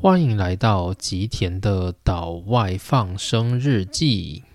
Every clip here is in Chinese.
欢迎来到吉田的岛外放生日记。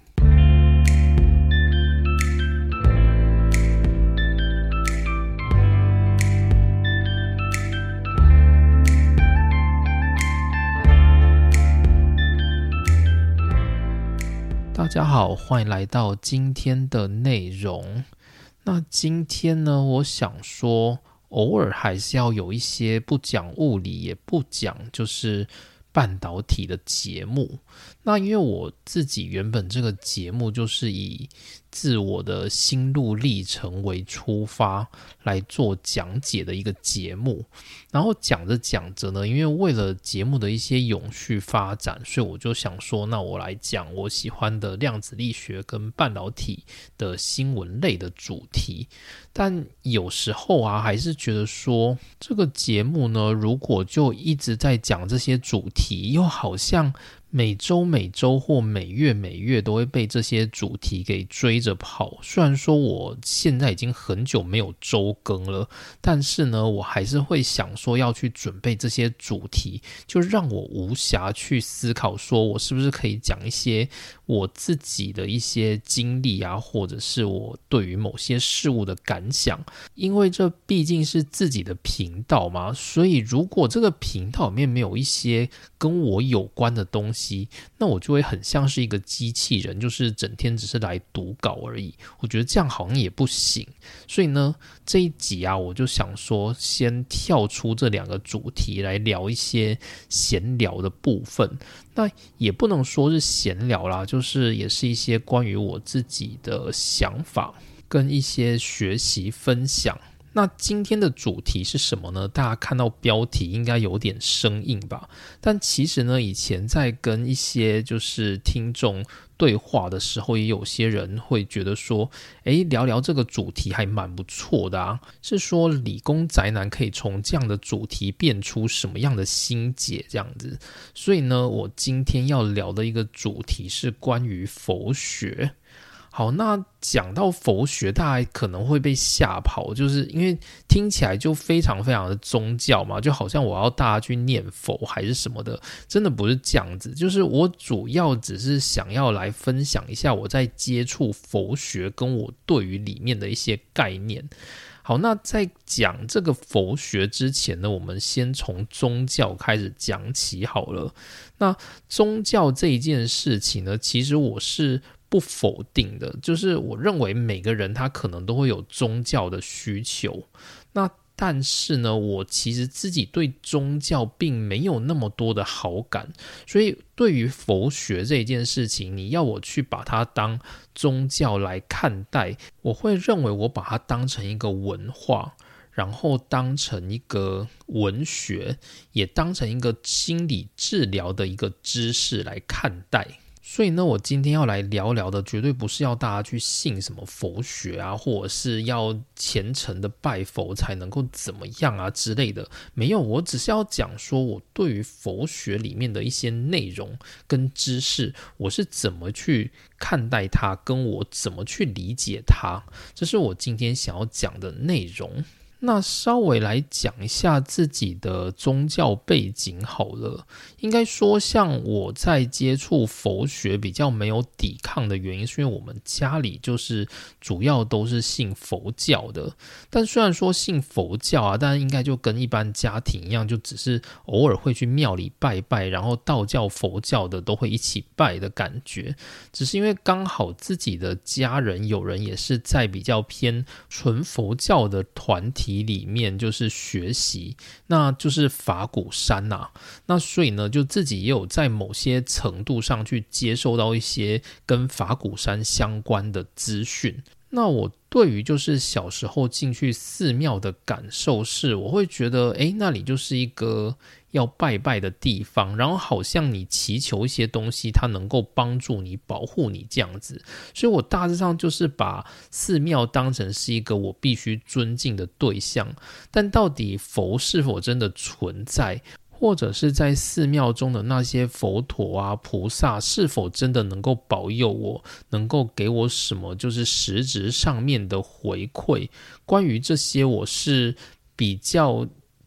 大家好，欢迎来到今天的内容。那今天呢，我想说偶尔还是要有一些不讲物理也不讲就是半导体的节目。那因为我自己原本这个节目就是以自我的心路历程为出发来做讲解的一个节目，然后讲着讲着呢，因为为了节目的一些永续发展，所以我就想说，那我来讲我喜欢的量子力学跟半导体的新闻类的主题。但有时候啊，还是觉得说这个节目呢，如果就一直在讲这些主题，又好像每周或每月都会被这些主题给追着跑。虽然说我现在已经很久没有周更了，但是呢，我还是会想说要去准备这些主题，就让我无暇去思考说我是不是可以讲一些我自己的一些经历啊，或者是我对于某些事物的感想。因为这毕竟是自己的频道嘛，所以如果这个频道里面没有一些跟我有关的东西，那我就会很像是一个机器人，就是整天只是来读稿而已。我觉得这样好像也不行，所以呢，这一集啊，我就想说先跳出这两个主题来聊一些闲聊的部分。那也不能说是闲聊啦，就是也是一些关于我自己的想法跟一些学习分享。那今天的主题是什么呢？大家看到标题应该有点生硬吧，但其实呢，以前在跟一些就是听众对话的时候，也有些人会觉得说聊聊这个主题还蛮不错的啊，是说理工宅男可以从这样的主题变出什么样的心结这样子。所以呢，我今天要聊的一个主题是关于佛学。好，那讲到佛学，大家可能会被吓跑，就是因为听起来就非常非常的宗教嘛，就好像我要大家去念佛还是什么的，真的不是这样子。就是我主要只是想要来分享一下我在接触佛学跟我对于里面的一些概念。好，那在讲这个佛学之前呢，我们先从宗教开始讲起好了。那宗教这一件事情呢，其实我是不否定的，就是我认为每个人他可能都会有宗教的需求。那但是呢，我其实自己对宗教并没有那么多的好感，所以对于佛学这一件事情，你要我去把它当宗教来看待，我会认为我把它当成一个文化，然后当成一个文学，也当成一个心理治疗的一个知识来看待。所以呢，我今天要来聊聊的绝对不是要大家去信什么佛学啊，或者是要虔诚的拜佛才能够怎么样啊之类的，没有，我只是要讲说我对于佛学里面的一些内容跟知识，我是怎么去看待它，跟我怎么去理解它，这是我今天想要讲的内容。那稍微来讲一下自己的宗教背景好了。应该说像我在接触佛学比较没有抵抗的原因，是因为我们家里就是主要都是信佛教的。但虽然说信佛教啊，但应该就跟一般家庭一样，就只是偶尔会去庙里拜拜，然后道教佛教的都会一起拜的感觉。只是因为刚好自己的家人有人也是在比较偏纯佛教的团体里面就是学习，那就是法鼓山啊。那所以呢，就自己也有在某些程度上去接受到一些跟法鼓山相关的资讯。那我对于就是小时候进去寺庙的感受是，我会觉得那里就是一个要拜拜的地方，然后好像你祈求一些东西，它能够帮助你保护你这样子。所以我大致上就是把寺庙当成是一个我必须尊敬的对象。但到底佛是否真的存在，或者是在寺庙中的那些佛陀啊、菩萨是否真的能够保佑我，能够给我什么就是实质上面的回馈，关于这些我是比较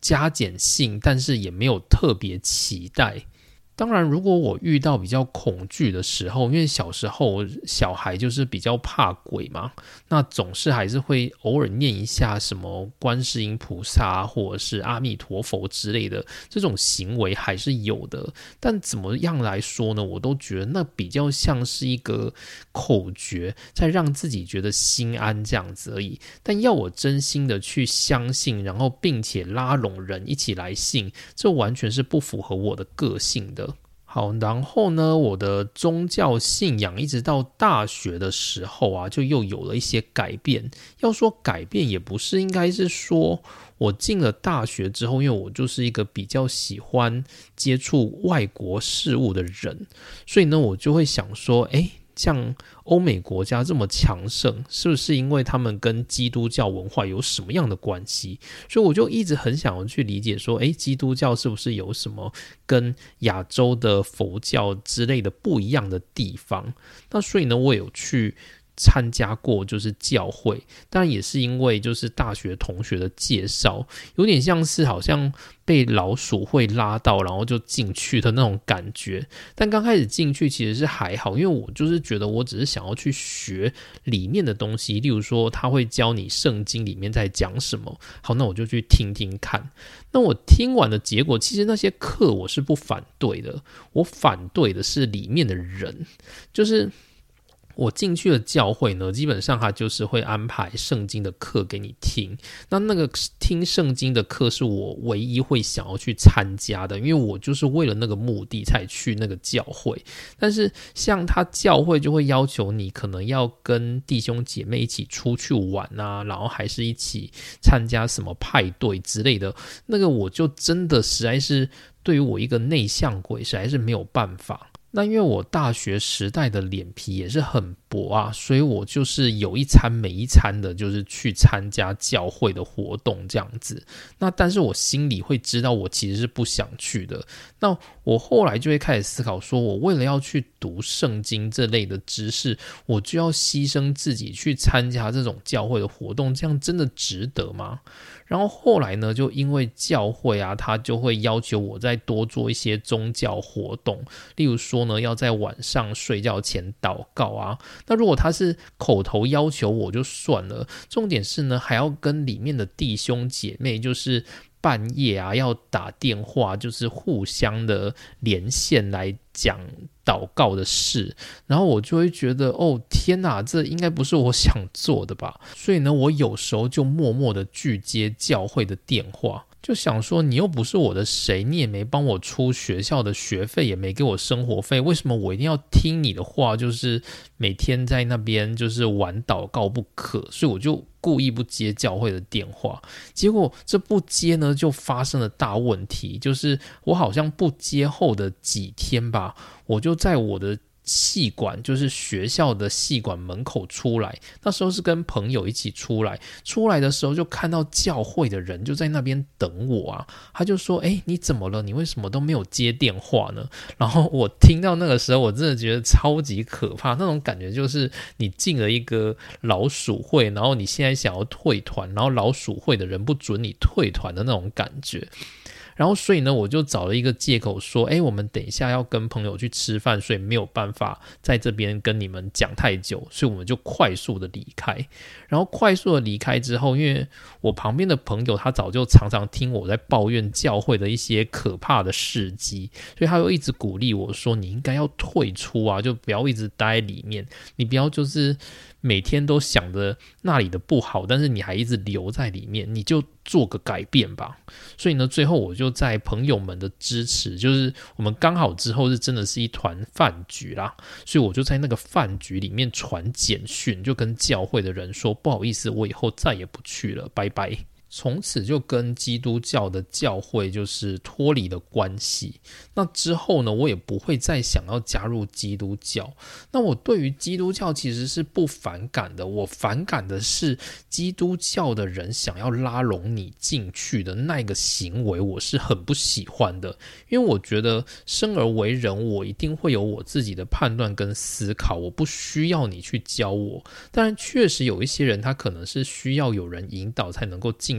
加减性，但是也没有特别期待。当然如果我遇到比较恐惧的时候，因为小时候小孩就是比较怕鬼嘛，那总是还是会偶尔念一下什么观世音菩萨或者是阿弥陀佛之类的，这种行为还是有的。但怎么样来说呢，我都觉得那比较像是一个口诀，在让自己觉得心安这样子而已。但要我真心的去相信，然后并且拉拢人一起来信，这完全是不符合我的个性的。好，然后呢，我的宗教信仰一直到大学的时候啊，就又有了一些改变。要说改变也不是，应该是说我进了大学之后，因为我就是一个比较喜欢接触外国事物的人，所以呢，我就会想说，像欧美国家这么强盛，是不是因为他们跟基督教文化有什么样的关系？所以我就一直很想要去理解说，基督教是不是有什么跟亚洲的佛教之类的不一样的地方？那所以呢，我有去参加过就是教会，当然也是因为就是大学同学的介绍，有点像是好像被老鼠会拉到然后就进去的那种感觉。但刚开始进去其实是还好，因为我就是觉得我只是想要去学里面的东西，例如说他会教你圣经里面在讲什么，好，那我就去听听看。那我听完的结果，其实那些课我是不反对的，我反对的是里面的人。就是我进去的教会呢，基本上他就是会安排圣经的课给你听，那个听圣经的课是我唯一会想要去参加的，因为我就是为了那个目的才去那个教会。但是像他教会就会要求你可能要跟弟兄姐妹一起出去玩啊，然后还是一起参加什么派对之类的，那个我就真的实在是对于我一个内向鬼实在是没有办法。那因为我大学时代的脸皮也是很薄啊，所以我就是有一餐没一餐的就是去参加教会的活动这样子。那但是我心里会知道我其实是不想去的。那我后来就会开始思考说，我为了要去读圣经这类的知识，我就要牺牲自己去参加这种教会的活动，这样真的值得吗？然后后来呢，就因为教会啊，他就会要求我再多做一些宗教活动，例如说呢，要在晚上睡觉前祷告啊。那如果他是口头要求我就算了，重点是呢，还要跟里面的弟兄姐妹就是半夜啊要打电话，就是互相的连线来讲祷告的事，然后我就会觉得天哪，这应该不是我想做的吧。所以呢，我有时候就默默的拒接教会的电话，就想说你又不是我的谁，你也没帮我出学校的学费，也没给我生活费，为什么我一定要听你的话，就是每天在那边就是玩祷告不可？所以我就故意不接教会的电话。结果这不接呢，就发生了大问题，就是我好像不接后的几天吧，我就在我的系馆，就是学校的系馆门口出来，那时候是跟朋友一起出来的时候就看到教会的人就在那边等我啊。他就说你怎么了？你为什么都没有接电话呢？然后我听到那个时候我真的觉得超级可怕，那种感觉就是你进了一个老鼠会，然后你现在想要退团，然后老鼠会的人不准你退团的那种感觉。然后所以呢，我就找了一个借口说，我们等一下要跟朋友去吃饭，所以没有办法在这边跟你们讲太久，所以我们就快速的离开。然后快速的离开之后，因为我旁边的朋友他早就常常听我在抱怨教会的一些可怕的事迹，所以他又一直鼓励我说，你应该要退出啊，就不要一直待在里面，你不要就是每天都想着那里的不好，但是你还一直留在里面，你就做个改变吧。所以呢，最后我就在朋友们的支持，就是我们刚好之后是真的是一团饭局啦，所以我就在那个饭局里面传简讯，就跟教会的人说，不好意思，我以后再也不去了，拜拜。从此就跟基督教的教会就是脱离了关系。那之后呢，我也不会再想要加入基督教。那我对于基督教其实是不反感的，我反感的是基督教的人想要拉拢你进去的那个行为，我是很不喜欢的。因为我觉得生而为人，我一定会有我自己的判断跟思考，我不需要你去教我。当然确实有一些人他可能是需要有人引导才能够进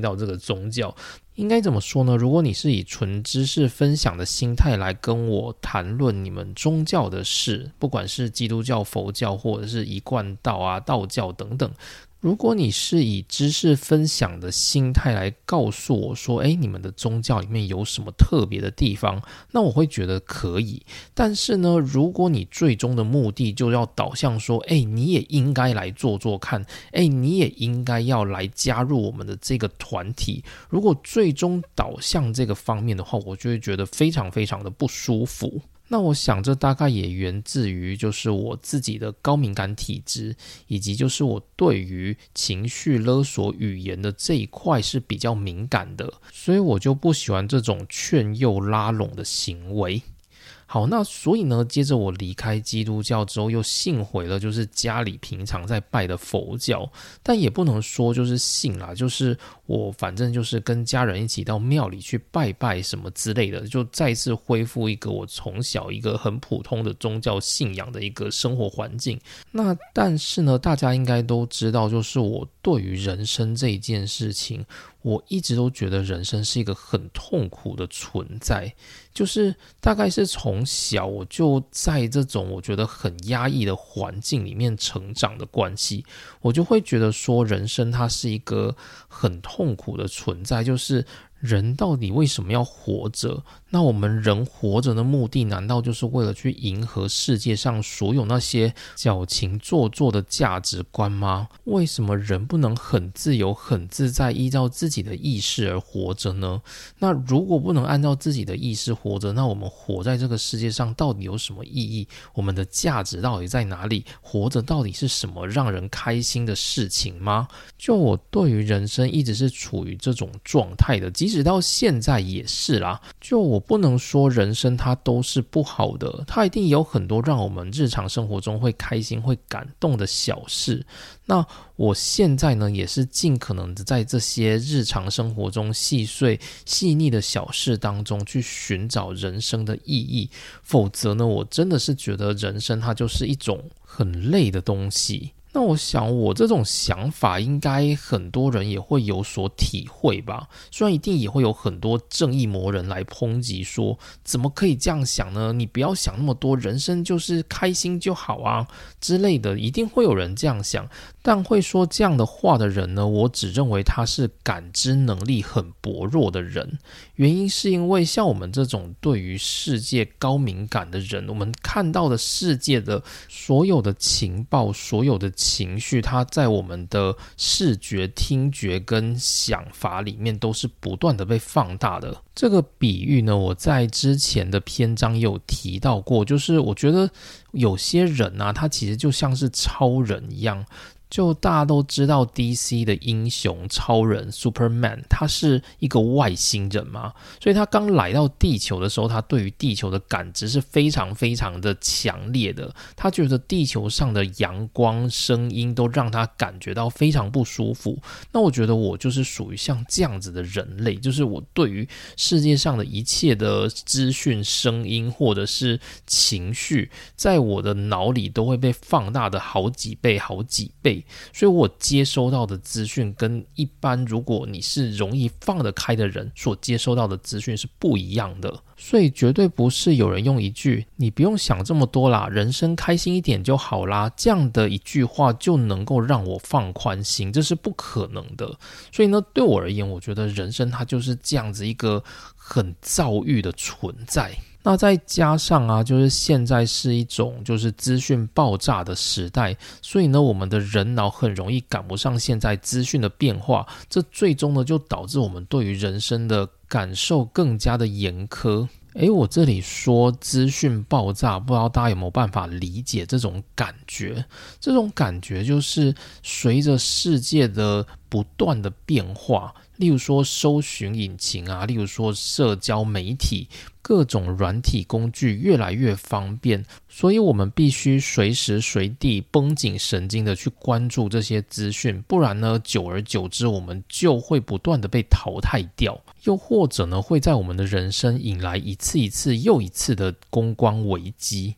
到这个宗教。应该怎么说呢？如果你是以纯知识分享的心态来跟我谈论你们宗教的事，不管是基督教、佛教或者是一贯道啊、道教等等，如果你是以知识分享的心态来告诉我说，你们的宗教里面有什么特别的地方，那我会觉得可以。但是呢，如果你最终的目的就要导向说，你也应该来做做看，你也应该要来加入我们的这个团体，如果最终导向这个方面的话，我就会觉得非常非常的不舒服。那我想这大概也源自于就是我自己的高敏感体质，以及就是我对于情绪勒索语言的这一块是比较敏感的，所以我就不喜欢这种劝诱拉拢的行为。好，那所以呢，接着我离开基督教之后，又信回了就是家里平常在拜的佛教，但也不能说就是信啦，就是我反正就是跟家人一起到庙里去拜拜什么之类的，就再次恢复一个我从小一个很普通的宗教信仰的一个生活环境。那但是呢，大家应该都知道，就是我对于人生这一件事情，我一直都觉得人生是一个很痛苦的存在，就是大概是从小我就在这种我觉得很压抑的环境里面成长的关系，我就会觉得说人生它是一个很痛苦的存在，就是人到底为什么要活着？那我们人活着的目的难道就是为了去迎合世界上所有那些矫情做作的价值观吗？为什么人不能很自由很自在依照自己的意识而活着呢？那如果不能按照自己的意识活着，那我们活在这个世界上到底有什么意义？我们的价值到底在哪里？活着到底是什么让人开心的事情吗？就我对于人生一直是处于这种状态的，即使到现在也是啦。就我不能说人生它都是不好的，它一定有很多让我们日常生活中会开心会感动的小事。那我现在呢，也是尽可能的在这些日常生活中细碎细腻的小事当中去寻找人生的意义，否则呢，我真的是觉得人生它就是一种很累的东西。那我想我这种想法应该很多人也会有所体会吧，虽然一定也会有很多正义魔人来抨击说怎么可以这样想呢，你不要想那么多，人生就是开心就好啊之类的，一定会有人这样想。但会说这样的话的人呢，我只认为他是感知能力很薄弱的人。原因是因为像我们这种对于世界高敏感的人，我们看到的世界的所有的情报，所有的情绪，它在我们的视觉、听觉跟想法里面都是不断的被放大的。这个比喻呢，我在之前的篇章也有提到过，就是我觉得有些人啊，他其实就像是超人一样。就大家都知道 DC 的英雄超人 Superman 他是一个外星人嘛，所以他刚来到地球的时候，他对于地球的感知是非常非常的强烈的，他觉得地球上的阳光声音都让他感觉到非常不舒服。那我觉得我就是属于像这样子的人类，就是我对于世界上的一切的资讯声音或者是情绪，在我的脑里都会被放大的好几倍好几倍，所以我接收到的资讯跟一般如果你是容易放得开的人所接收到的资讯是不一样的。所以绝对不是有人用一句你不用想这么多啦，人生开心一点就好啦，这样的一句话就能够让我放宽心，这是不可能的。所以呢，对我而言，我觉得人生它就是这样子一个很躁郁的存在。那再加上啊，就是现在是一种就是资讯爆炸的时代，所以呢，我们的人脑很容易赶不上现在资讯的变化，这最终呢就导致我们对于人生的感受更加的严苛。我这里说资讯爆炸，不知道大家有没有办法理解这种感觉？这种感觉就是随着世界的不断的变化，例如说搜寻引擎啊，例如说社交媒体，各种软体工具越来越方便，所以我们必须随时随地绷紧神经的去关注这些资讯，不然呢，久而久之我们就会不断的被淘汰掉，又或者呢，会在我们的人生引来一次一次又一次的公关危机。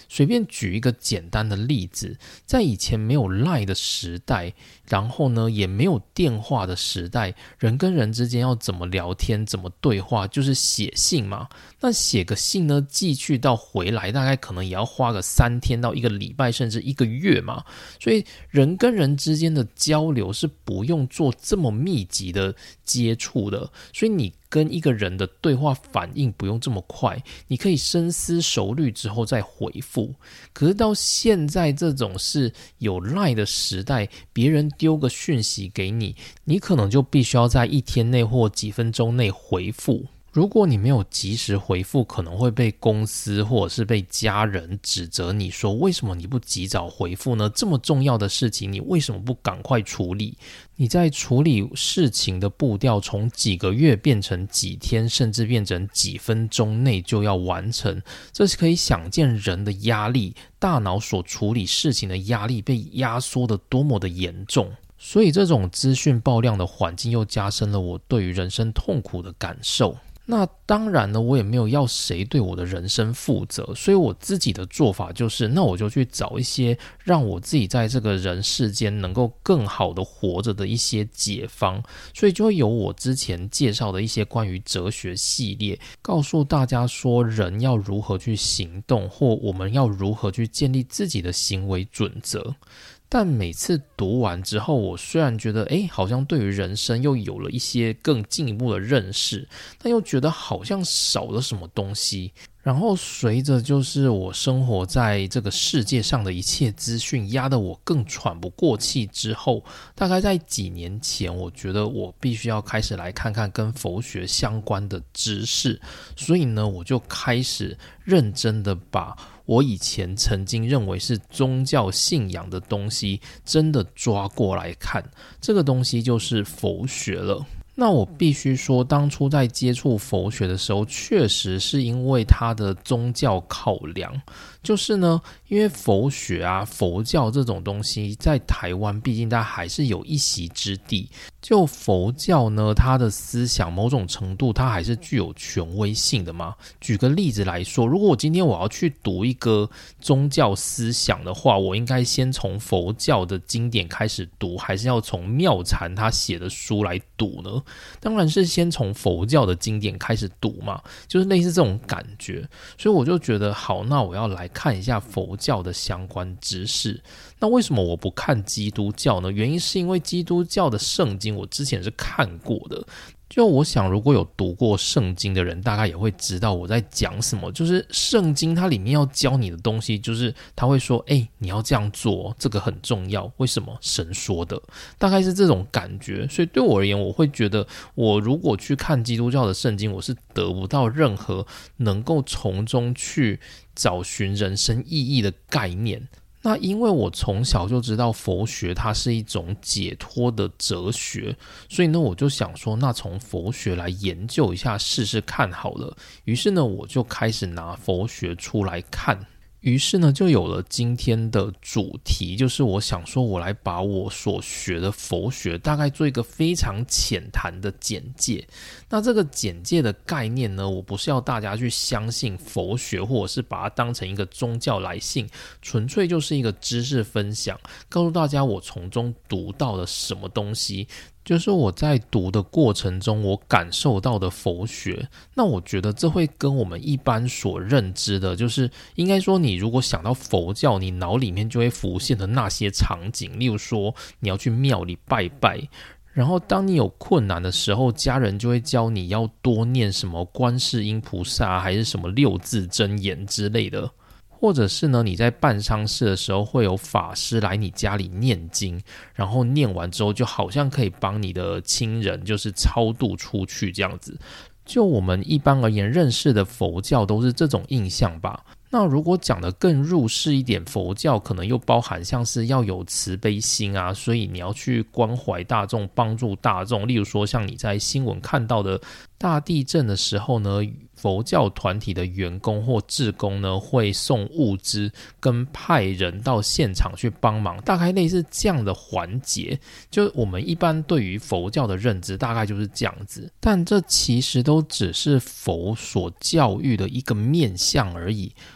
随便举一个简单的例子，在以前没有 LINE 的时代，然后呢也没有电话的时代，人跟人之间要怎么聊天怎么对话，就是写信嘛。那写个信呢，寄去到回来大概可能也要花个3天到1个礼拜甚至1个月嘛。所以人跟人之间的交流是不用做这么密集的接触的，所以你跟一个人的对话反应不用这么快，你可以深思熟虑之后再回复。可是到现在这种是有 LINE 的时代，别人丢个讯息给你，你可能就必须要在1天内或几分钟内回复。如果你没有及时回复，可能会被公司或者是被家人指责你说，为什么你不及早回复呢？这么重要的事情，你为什么不赶快处理？你在处理事情的步调从几个月变成几天，甚至变成几分钟内就要完成，这是可以想见人的压力，大脑所处理事情的压力被压缩得多么的严重。所以这种资讯爆量的环境又加深了我对于人生痛苦的感受。那当然呢，我也没有要谁对我的人生负责，所以我自己的做法就是，那我就去找一些让我自己在这个人世间能够更好的活着的一些解方，所以就会有我之前介绍的一些关于哲学系列，告诉大家说人要如何去行动，或我们要如何去建立自己的行为准则。但每次读完之后，我虽然觉得好像对于人生又有了一些更进一步的认识，但又觉得好像少了什么东西。然后随着就是我生活在这个世界上的一切资讯压得我更喘不过气之后，大概在几年前，我觉得我必须要开始来看看跟佛学相关的知识，所以呢，我就开始认真的把我以前曾经认为是宗教信仰的东西真的抓过来看，这个东西就是佛学了。那我必须说，当初在接触佛学的时候，确实是因为它的宗教考量。就是呢，因为佛学啊、佛教这种东西在台湾毕竟它还是有一席之地。就佛教呢，它的思想某种程度它还是具有权威性的嘛。举个例子来说，如果我今天我要去读一个宗教思想的话，我应该先从佛教的经典开始读，还是要从妙禅他写的书来读呢？当然是先从佛教的经典开始读嘛，就是类似这种感觉。所以我就觉得好，那我要来看一下佛教的相关知识。那为什么我不看基督教呢？原因是因为基督教的圣经我之前是看过的。就我想如果有读过圣经的人大概也会知道我在讲什么，就是圣经它里面要教你的东西，就是他会说你要这样做，这个很重要，为什么？神说的，大概是这种感觉。所以对我而言，我会觉得我如果去看基督教的圣经，我是得不到任何能够从中去找寻人生意义的概念。那因为我从小就知道佛学它是一种解脱的哲学，所以呢我就想说，那从佛学来研究一下试试看好了。于是呢我就开始拿佛学出来看，于是呢就有了今天的主题，就是我想说我来把我所学的佛学大概做一个非常浅谈的简介。那这个简介的概念呢，我不是要大家去相信佛学，或者是把它当成一个宗教来信，纯粹就是一个知识分享，告诉大家我从中读到了什么东西，就是我在读的过程中我感受到的佛学。那我觉得这会跟我们一般所认知的，就是应该说你如果想到佛教，你脑里面就会浮现的那些场景，例如说你要去庙里拜拜，然后当你有困难的时候，家人就会教你要多念什么观世音菩萨还是什么6字真言之类的。或者是呢，你在办丧事的时候会有法师来你家里念经，然后念完之后就好像可以帮你的亲人就是超度出去这样子。就我们一般而言认识的佛教都是这种印象吧。那如果讲得更入世一点，佛教可能又包含像是要有慈悲心啊，所以你要去关怀大众，帮助大众。例如说像你在新闻看到的大地震的时候呢，佛教团体的员工或志工呢会送物资跟派人到现场去帮忙，大概类似这样的环节。就我们一般对于佛教的认知大概就是这样子，但这其实都只是佛所教育的一个面向而已。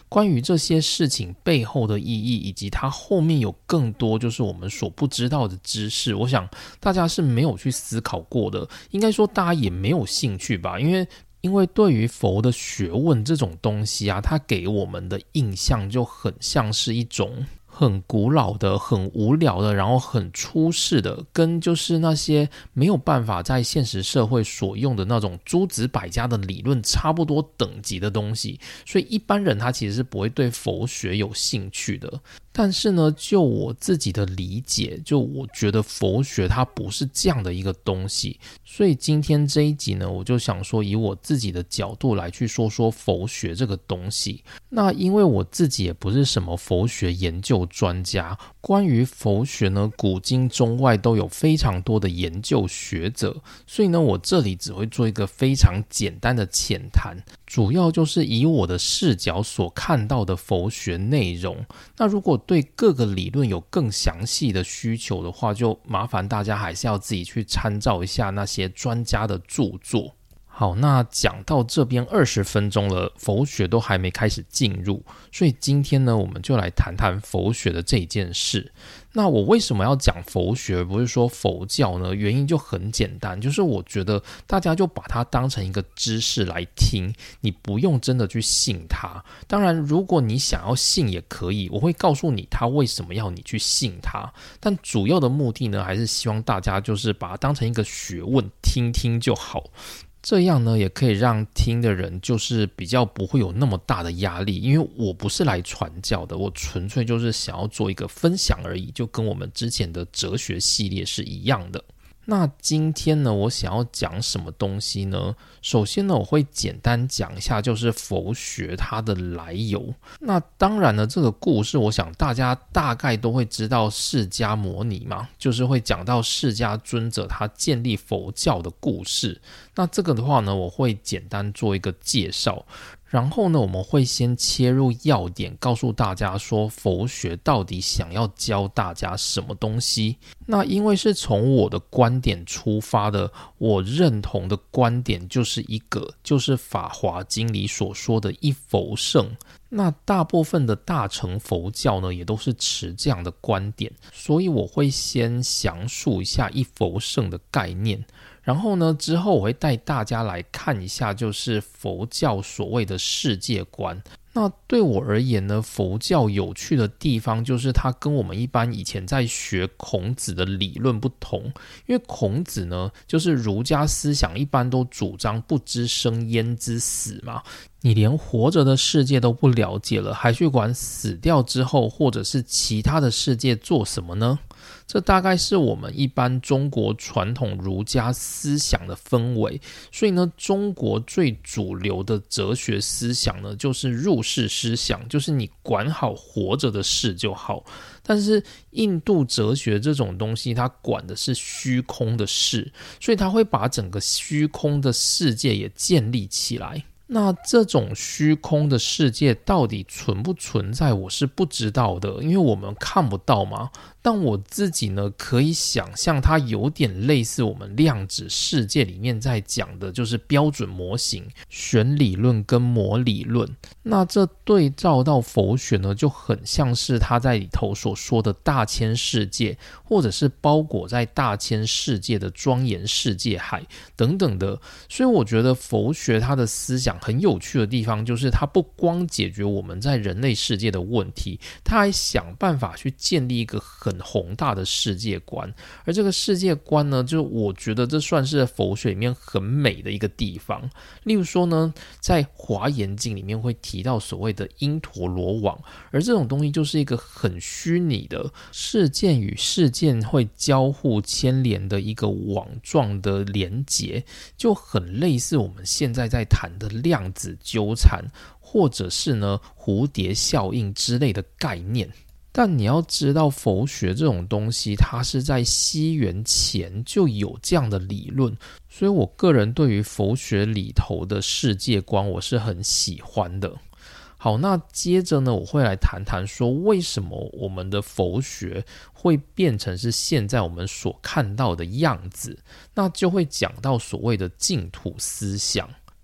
关于这些事情背后的意义，以及它后面有更多就是我们所不知道的知识，我想大家是没有去思考过的，应该说大家也没有兴趣吧，因为对于佛的学问这种东西啊，它给我们的印象就很像是一种很古老的、很无聊的，然后很出世的，跟就是那些没有办法在现实社会所用的那种诸子百家的理论差不多等级的东西，所以一般人他其实是不会对佛学有兴趣的。但是呢，就我自己的理解，就我觉得佛学它不是这样的一个东西，所以今天这一集呢，我就想说以我自己的角度来去说说佛学这个东西。那因为我自己也不是什么佛学研究专家，关于佛学呢，古今中外都有非常多的研究学者，所以呢，我这里只会做一个非常简单的浅谈，主要就是以我的视角所看到的佛学内容。那如果对各个理论有更详细的需求的话，就麻烦大家还是要自己去参照一下那些专家的著作。好，那讲到这边20分钟了，佛学都还没开始进入，所以今天呢，我们就来谈谈佛学的这件事。那我为什么要讲佛学，不是说佛教呢？原因就很简单，就是我觉得大家就把它当成一个知识来听，你不用真的去信它。当然，如果你想要信也可以，我会告诉你他为什么要你去信它。但主要的目的呢，还是希望大家就是把它当成一个学问，听听就好。这样呢，也可以让听的人就是比较不会有那么大的压力，因为我不是来传教的，我纯粹就是想要做一个分享而已，就跟我们之前的哲学系列是一样的。那今天呢，我想要讲什么东西呢？首先呢，我会简单讲一下就是佛学它的来由。那当然呢，这个故事我想大家大概都会知道释迦牟尼嘛，就是会讲到释迦尊者他建立佛教的故事。那这个的话呢，我会简单做一个介绍。然后呢，我们会先切入要点，告诉大家说佛学到底想要教大家什么东西。那因为是从我的观点出发的，我认同的观点就是就是《法华经》里所说的一佛圣。那大部分的大乘佛教呢，也都是持这样的观点，所以我会先详述一下一佛圣的概念。然后呢，之后我会带大家来看一下就是佛教所谓的世界观。那对我而言呢，佛教有趣的地方就是它跟我们一般以前在学孔子的理论不同。因为孔子呢，就是儒家思想一般都主张不知生焉知死嘛，你连活着的世界都不了解了，还去管死掉之后或者是其他的世界做什么呢？这大概是我们一般中国传统儒家思想的氛围，所以呢，中国最主流的哲学思想呢，就是入世思想，就是你管好活着的事就好。但是印度哲学这种东西，它管的是虚空的事，所以它会把整个虚空的世界也建立起来。那这种虚空的世界到底存不存在，我是不知道的，因为我们看不到嘛。但我自己呢，可以想象它有点类似我们量子世界里面在讲的，就是标准模型、弦理论跟模理论。那这对照到佛学呢，就很像是他在里头所说的大千世界，或者是包裹在大千世界的庄严世界海等等的。所以我觉得佛学它的思想很有趣的地方，就是它不光解决我们在人类世界的问题，它还想办法去建立一个很宏大的世界观。而这个世界观呢，就我觉得这算是佛学里面很美的一个地方。例如说呢，在华严经里面会提到所谓的因陀罗网，而这种东西就是一个很虚拟的事件与事件会交互牵连的一个网状的连结，就很类似我们现在在谈的量子纠缠，或者是呢蝴蝶效应之类的概念。但你要知道，佛学这种东西它是在西元前就有这样的理论，所以我个人对于佛学里头的世界观我是很喜欢的。好，那接着呢，我会来谈谈说为什么我们的佛学会变成是现在我们所看到的样子，那就会讲到所谓的净土思想。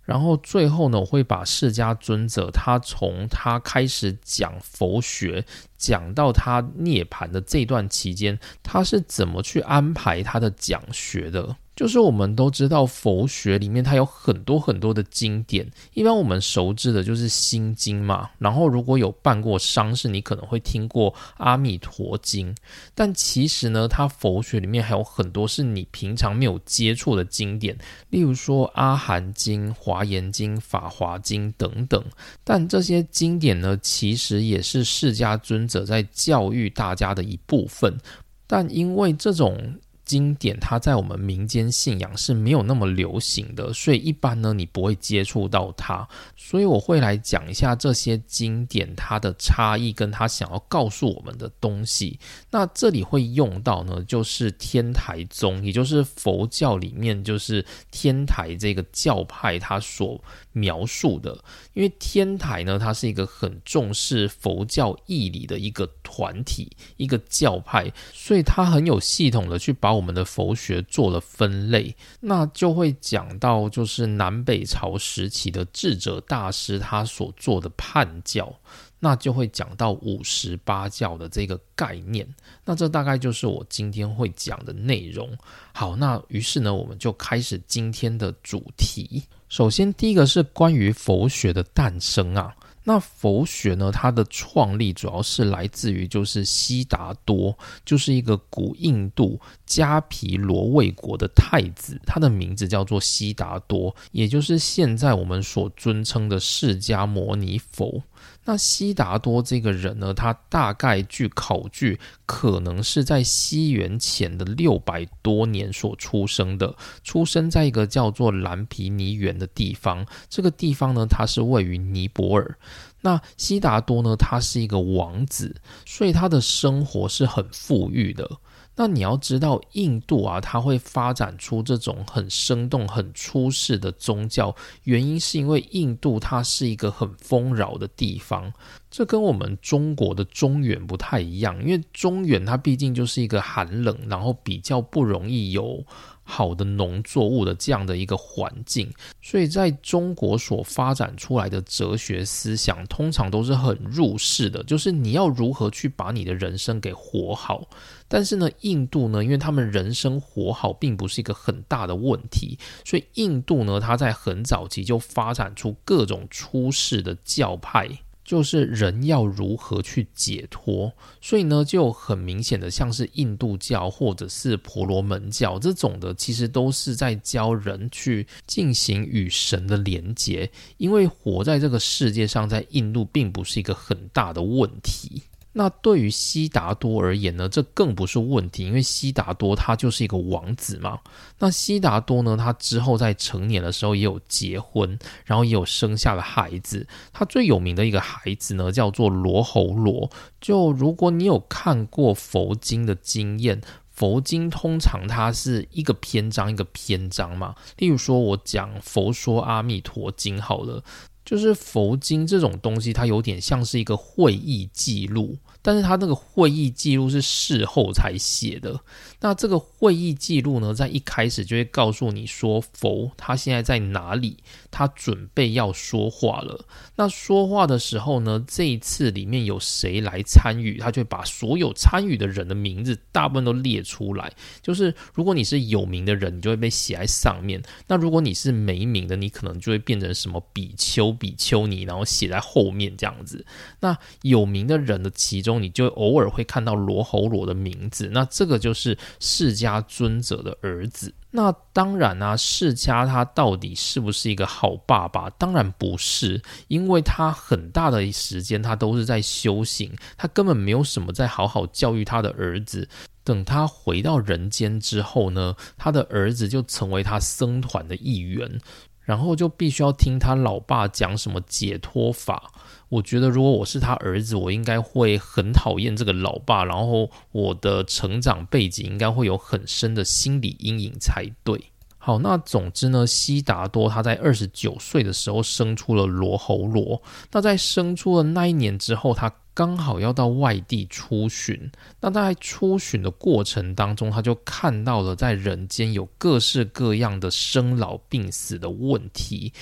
然后最后呢，我会把释迦尊者他从他开始讲佛学，讲到他涅槃的这段期间，他是怎么去安排他的讲学的。就是我们都知道佛学里面它有很多很多的经典，一般我们熟知的就是心经嘛，然后如果有办过丧事，你可能会听过阿弥陀经，但其实呢，它佛学里面还有很多是你平常没有接触的经典，例如说阿含经、华严经、法华经等等，但这些经典呢，其实也是释迦尊者在教育大家的一部分，但因为这种经典它在我们民间信仰是没有那么流行的，所以一般呢你不会接触到它，所以我会来讲一下这些经典它的差异跟它想要告诉我们的东西。那这里会用到呢，就是天台宗，也就是佛教里面就是天台这个教派它所描述的。因为天台呢，它是一个很重视佛教义理的一个团体，一个教派，所以它很有系统的去把我们的佛学做了分类。那就会讲到就是南北朝时期的智者大师他所做的判教，那就会讲到58教的这个概念。那这大概就是我今天会讲的内容。好，那于是呢，我们就开始今天的主题。首先第一个是关于佛学的诞生啊。那佛学呢，它的创立主要是来自于就是悉达多，就是一个古印度迦毗罗卫国的太子，他的名字叫做悉达多，也就是现在我们所尊称的释迦牟尼佛。那悉达多这个人呢，他大概据考据可能是在西元前的600多年所出生的，出生在一个叫做蓝毗尼园的地方。这个地方呢，它是位于尼泊尔。那悉达多呢，他是一个王子，所以他的生活是很富裕的。那你要知道印度啊，它会发展出这种很生动很出世的宗教，原因是因为印度它是一个很丰饶的地方。这跟我们中国的中原不太一样，因为中原它毕竟就是一个寒冷，然后比较不容易有好的农作物的这样的一个环境，所以在中国所发展出来的哲学思想通常都是很入世的，就是你要如何去把你的人生给活好。但是呢，印度呢，因为他们人生活好并不是一个很大的问题，所以印度呢，它在很早期就发展出各种出世的教派，就是人要如何去解脱。所以呢，就很明显的像是印度教或者是婆罗门教这种的，其实都是在教人去进行与神的连结，因为活在这个世界上，在印度并不是一个很大的问题。那对于悉达多而言呢，这更不是问题，因为悉达多他就是一个王子嘛。那悉达多呢，他之后在成年的时候也有结婚，然后也有生下了孩子。他最有名的一个孩子呢，叫做罗睺罗。就如果你有看过佛经的经验，佛经通常它是一个篇章一个篇章嘛。例如说我讲佛说阿弥陀经好了，就是佛经这种东西，它有点像是一个会议记录，但是它那个会议记录是事后才写的。那这个会议记录呢，在一开始就会告诉你说佛他现在在哪里，他准备要说话了。那说话的时候呢，这一次里面有谁来参与，他就会把所有参与的人的名字大部分都列出来。就是如果你是有名的人，你就会被写在上面，那如果你是没名的，你可能就会变成什么比丘比丘尼，然后写在后面这样子。那有名的人的其中，你就偶尔会看到罗睺罗的名字，那这个就是释迦尊者的儿子。那当然啊，释迦他到底是不是一个好爸爸？当然不是，因为他很大的时间他都是在修行，他根本没有什么在好好教育他的儿子。等他回到人间之后呢，他的儿子就成为他僧团的一员，然后就必须要听他老爸讲什么解脱法。我觉得如果我是他儿子，我应该会很讨厌这个老爸，然后我的成长背景应该会有很深的心理阴影才对。好，那总之呢，悉达多他在29岁的时候生出了罗睺罗。那在生出了那一年之后，他刚好要到外地出巡。那在出巡的过程当中，他就看到了在人间有各式各样的生老病死的问题。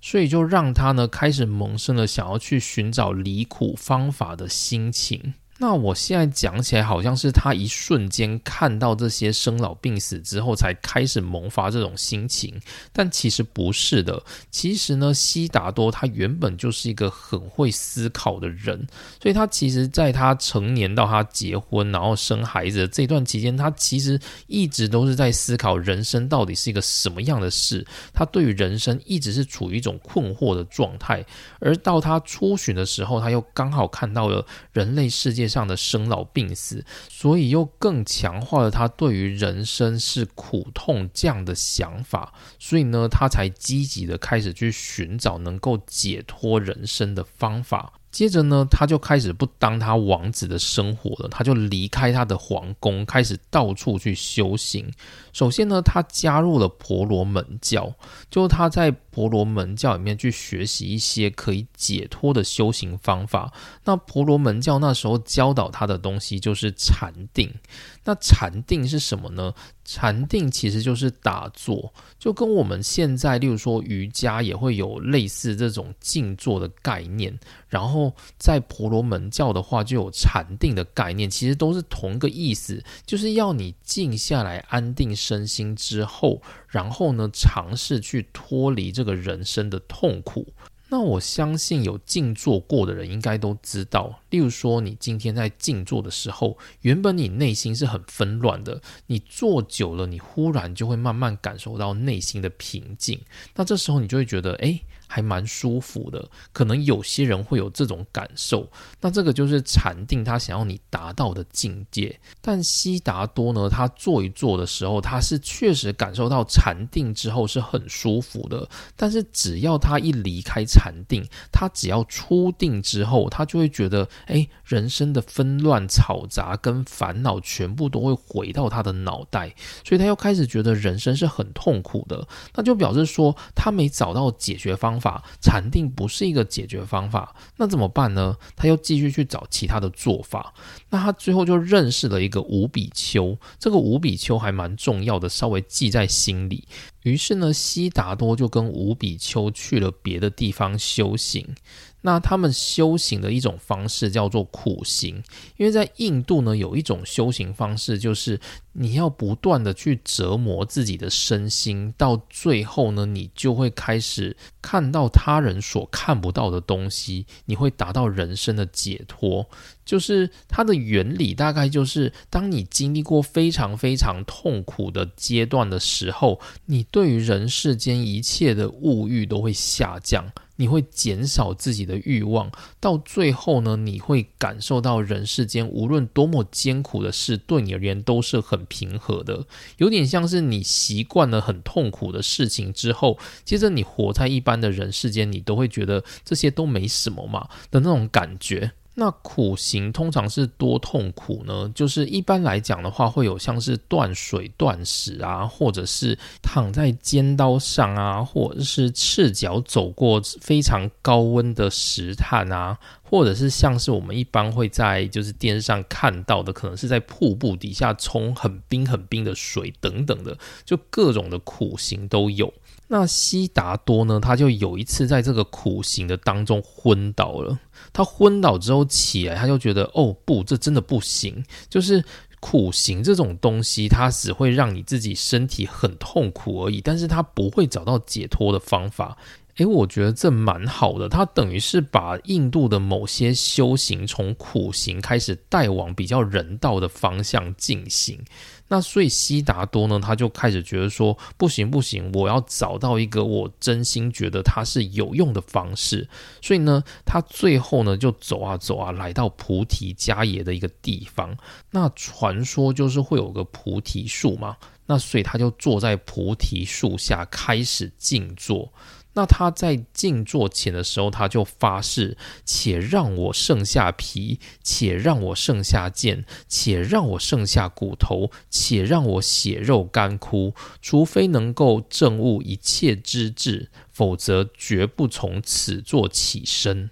所以就让他呢开始萌生了想要去寻找离苦方法的心情。那我现在讲起来好像是他一瞬间看到这些生老病死之后才开始萌发这种心情，但其实不是的。其实呢，悉达多他原本就是一个很会思考的人，所以他其实在他成年到他结婚然后生孩子的这段期间，他其实一直都是在思考人生到底是一个什么样的事，他对于人生一直是处于一种困惑的状态。而到他出巡的时候，他又刚好看到了人类世界上的生老病死，所以又更强化了他对于人生是苦痛这样的想法，所以呢，他才积极的开始去寻找能够解脱人生的方法。接着呢，他就开始不当他王子的生活了，他就离开他的皇宫，开始到处去修行。首先呢，他加入了婆罗门教，就他在婆罗门教里面去学习一些可以解脱的修行方法。那婆罗门教那时候教导他的东西就是禅定。那禅定是什么呢？禅定其实就是打坐，就跟我们现在例如说瑜伽也会有类似这种静坐的概念，然后在婆罗门教的话就有禅定的概念，其实都是同一个意思，就是要你静下来安定身心之后，然后呢尝试去脱离这个人生的痛苦。那我相信有静坐过的人应该都知道，例如说你今天在静坐的时候，原本你内心是很纷乱的，你坐久了，你忽然就会慢慢感受到内心的平静，那这时候你就会觉得还蛮舒服的，可能有些人会有这种感受，那这个就是禅定他想要你达到的境界。但悉达多呢，他坐一坐的时候，他是确实感受到禅定之后是很舒服的，但是只要他一离开禅定，他只要出定之后，他就会觉得人生的纷乱嘈杂跟烦恼全部都会回到他的脑袋，所以他又开始觉得人生是很痛苦的。那就表示说他没找到解决方法，禅定不是一个解决方法，那怎么办呢？他又继续去找其他的做法。那他最后就认识了一个五比丘，这个五比丘还蛮重要的，稍微记在心里。于是呢，悉达多就跟五比丘去了别的地方修行。那他们修行的一种方式叫做苦行，因为在印度呢，有一种修行方式，就是你要不断的去折磨自己的身心，到最后呢，你就会开始看到他人所看不到的东西，你会达到人生的解脱。就是它的原理大概就是，当你经历过非常非常痛苦的阶段的时候，你对于人世间一切的物欲都会下降，你会减少自己的欲望，到最后呢，你会感受到人世间无论多么艰苦的事，对你而言都是很平和的。有点像是你习惯了很痛苦的事情之后，接着你活在一般的人世间，你都会觉得这些都没什么嘛的那种感觉。那苦行通常是多痛苦呢？就是一般来讲的话，会有像是断水断食啊，或者是躺在尖刀上啊，或者是赤脚走过非常高温的石炭啊，或者是像是我们一般会在就是电视上看到的，可能是在瀑布底下冲很冰很冰的水等等的，就各种的苦行都有。那悉达多呢，他就有一次在这个苦行的当中昏倒了。他昏倒之后起来，他就觉得不，这真的不行。就是苦行这种东西，它只会让你自己身体很痛苦而已，但是它不会找到解脱的方法。我觉得这蛮好的，它等于是把印度的某些修行从苦行开始带往比较人道的方向进行。那所以悉达多呢，他就开始觉得说不行，我要找到一个我真心觉得它是有用的方式。所以呢，他最后呢就走啊走啊，来到菩提迦耶的一个地方。那传说就是会有个菩提树嘛，那所以他就坐在菩提树下开始静坐。那他在静坐前的时候，他就发誓：且让我剩下皮，且让我剩下剑，且让我剩下骨头，且让我血肉干枯，除非能够证悟一切之智，否则绝不从此座起身。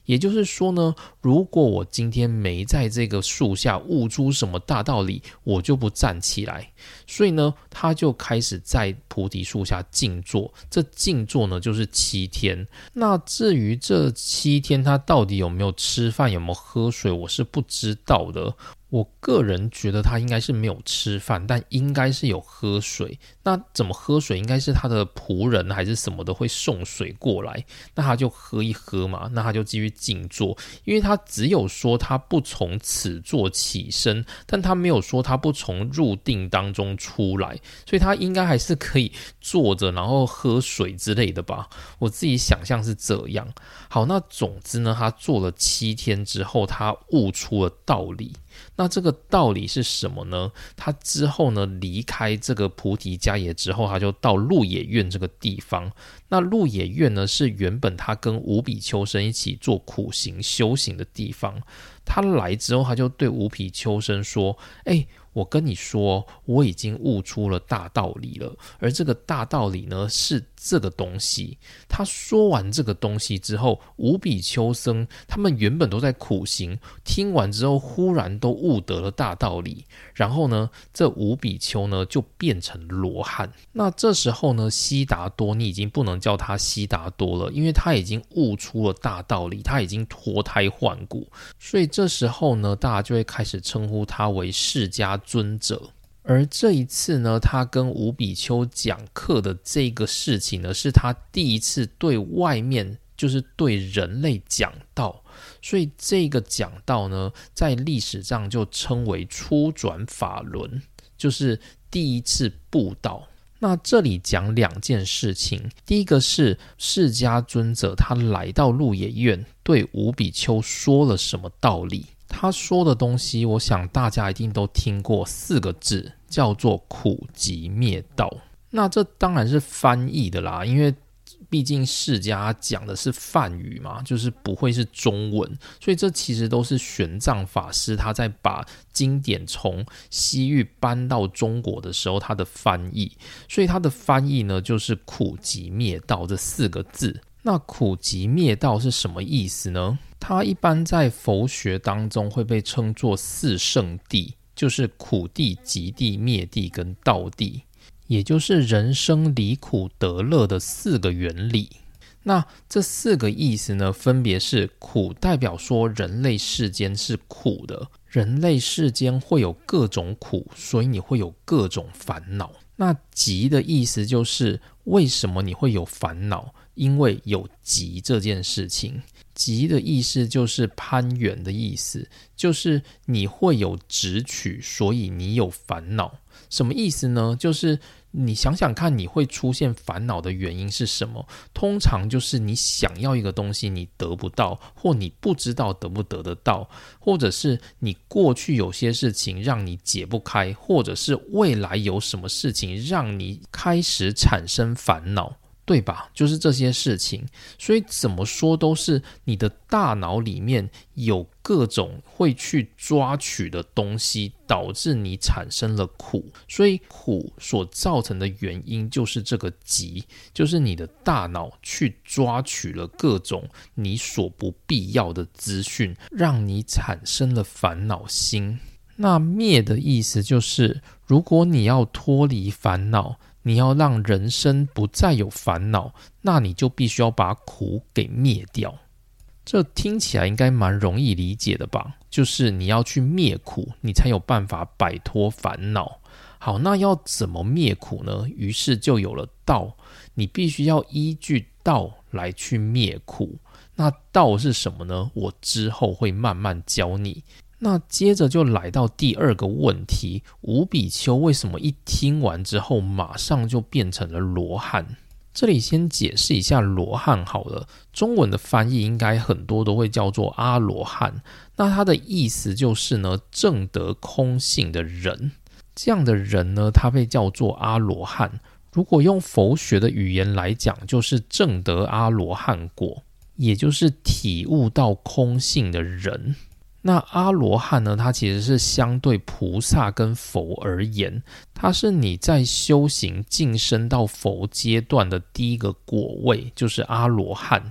也就是说呢，如果我今天没在这个树下悟出什么大道理，我就不站起来。所以呢，他就开始在菩提树下静坐，这静坐呢就是7天。那至于这7天他到底有没有吃饭，有没有喝水，我是不知道的。我个人觉得他应该是没有吃饭，但应该是有喝水。那怎么喝水？应该是他的仆人还是什么的会送水过来，那他就喝一喝嘛，那他就继续静坐。因为他只有说他不从此坐起身，但他没有说他不从入定当中出来，所以他应该还是可以坐着然后喝水之类的吧，我自己想象是这样。好，那总之呢，他做了7天之后，他悟出了道理。那这个道理是什么呢？他之后呢离开这个菩提迦耶之后，他就到鹿野苑这个地方。那鹿野苑呢是原本他跟五比丘生一起做苦行修行的地方。他来之后，他就对五比丘生说：我跟你说，我已经悟出了大道理了，而这个大道理呢是这个东西。他说完这个东西之后，五比丘僧他们原本都在苦行，听完之后忽然都悟得了大道理，然后呢，这五比丘呢就变成罗汉。那这时候呢，悉达多你已经不能叫他悉达多了，因为他已经悟出了大道理，他已经脱胎换骨，所以这时候呢，大家就会开始称呼他为释迦尊者。而这一次呢，他跟五比丘讲课的这个事情呢，是他第一次对外面，就是对人类讲道，所以这个讲道呢，在历史上就称为初转法轮，就是第一次布道。那这里讲2件事情，第一个是释迦尊者他来到鹿野苑，对五比丘说了什么道理。他说的东西，我想大家一定都听过4个字，叫做苦集灭道。那这当然是翻译的啦，因为毕竟释迦讲的是梵语嘛，就是不会是中文，所以这其实都是玄奘法师他在把经典从西域搬到中国的时候他的翻译，所以他的翻译呢就是苦集灭道这4个字。那苦集灭道是什么意思呢？它一般在佛学当中会被称作4圣谛，就是苦谛、集谛、灭谛跟道谛，也就是人生离苦得乐的4个原理。那这4个意思呢，分别是苦代表说人类世间是苦的，人类世间会有各种苦，所以你会有各种烦恼。那集的意思就是为什么你会有烦恼，因为有集这件事情。集的意思就是攀缘的意思，就是你会有执取，所以你有烦恼。什么意思呢？就是你想想看，你会出现烦恼的原因是什么？通常就是你想要一个东西你得不到，或你不知道得不得得到，或者是你过去有些事情让你解不开，或者是未来有什么事情让你开始产生烦恼，对吧？就是这些事情。所以怎么说都是你的大脑里面有各种会去抓取的东西，导致你产生了苦。所以苦所造成的原因就是这个集，就是你的大脑去抓取了各种你所不必要的资讯，让你产生了烦恼心。那灭的意思就是，如果你要脱离烦恼，你要让人生不再有烦恼，那你就必须要把苦给灭掉。这听起来应该蛮容易理解的吧？就是你要去灭苦，你才有办法摆脱烦恼。好，那要怎么灭苦呢？于是就有了道，你必须要依据道来去灭苦。那道是什么呢？我之后会慢慢教你。那接着就来到第2个问题，五比丘为什么一听完之后马上就变成了罗汉？这里先解释一下罗汉好了，中文的翻译应该很多都会叫做阿罗汉。那它的意思就是呢，证得空性的人，这样的人呢，他被叫做阿罗汉。如果用佛学的语言来讲，就是证得阿罗汉果，也就是体悟到空性的人。那阿罗汉呢，它其实是相对菩萨跟佛而言，它是你在修行晋升到佛阶段的第1个果位，就是阿罗汉。